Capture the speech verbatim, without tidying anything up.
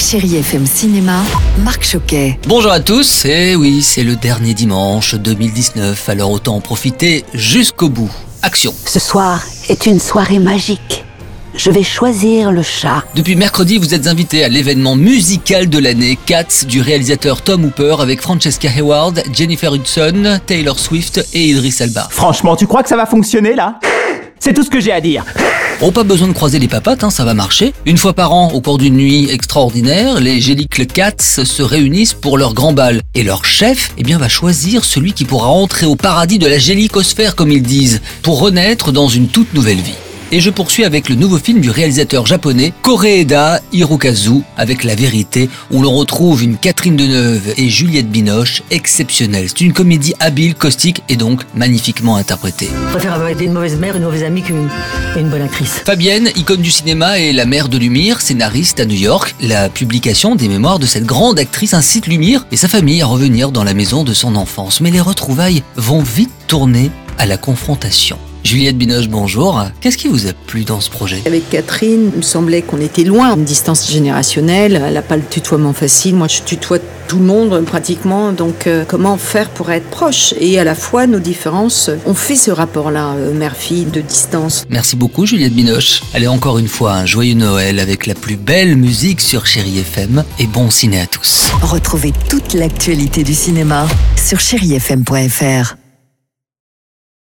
Chérie F M Cinéma, Marc Choquet. Bonjour à tous, et oui, c'est le dernier dimanche deux mille dix-neuf, alors autant en profiter jusqu'au bout. Action. Ce soir est une soirée magique. Je vais choisir le chat. Depuis mercredi, vous êtes invité à l'événement musical de l'année, Cats, du réalisateur Tom Hooper, avec Francesca Hayward, Jennifer Hudson, Taylor Swift et Idris Elba. Franchement, tu crois que ça va fonctionner là ? C'est tout ce que j'ai à dire. Oh, pas besoin de croiser les papates, hein, ça va marcher. Une fois par an, au cours d'une nuit extraordinaire, les Jellicle Cats se réunissent pour leur grand bal. Et leur chef, eh bien, va choisir celui qui pourra entrer au paradis de la jellicosphère, comme ils disent, pour renaître dans une toute nouvelle vie. Et je poursuis avec le nouveau film du réalisateur japonais Koreeda Hirokazu, avec La Vérité, où l'on retrouve une Catherine Deneuve et Juliette Binoche exceptionnelles. C'est une comédie habile, caustique et donc magnifiquement interprétée. Je préfère avoir été une mauvaise mère, une mauvaise amie qu'une une bonne actrice. Fabienne, icône du cinéma, et la mère de Lumière, scénariste à New York. La publication des mémoires de cette grande actrice incite Lumière et sa famille à revenir dans la maison de son enfance. Mais les retrouvailles vont vite tourner à la confrontation. Juliette Binoche, bonjour. Qu'est-ce qui vous a plu dans ce projet ? Avec Catherine, il me semblait qu'on était loin, une distance générationnelle. Elle n'a pas le tutoiement facile. Moi, je tutoie tout le monde pratiquement. Donc, euh, comment faire pour être proche ? Et à la fois, nos différences ont fait ce rapport-là, euh, mère-fille, de distance. Merci beaucoup, Juliette Binoche. Allez, encore une fois, un joyeux Noël avec la plus belle musique sur Chérie F M. Et bon ciné à tous. Retrouvez toute l'actualité du cinéma sur chérie f m point f r.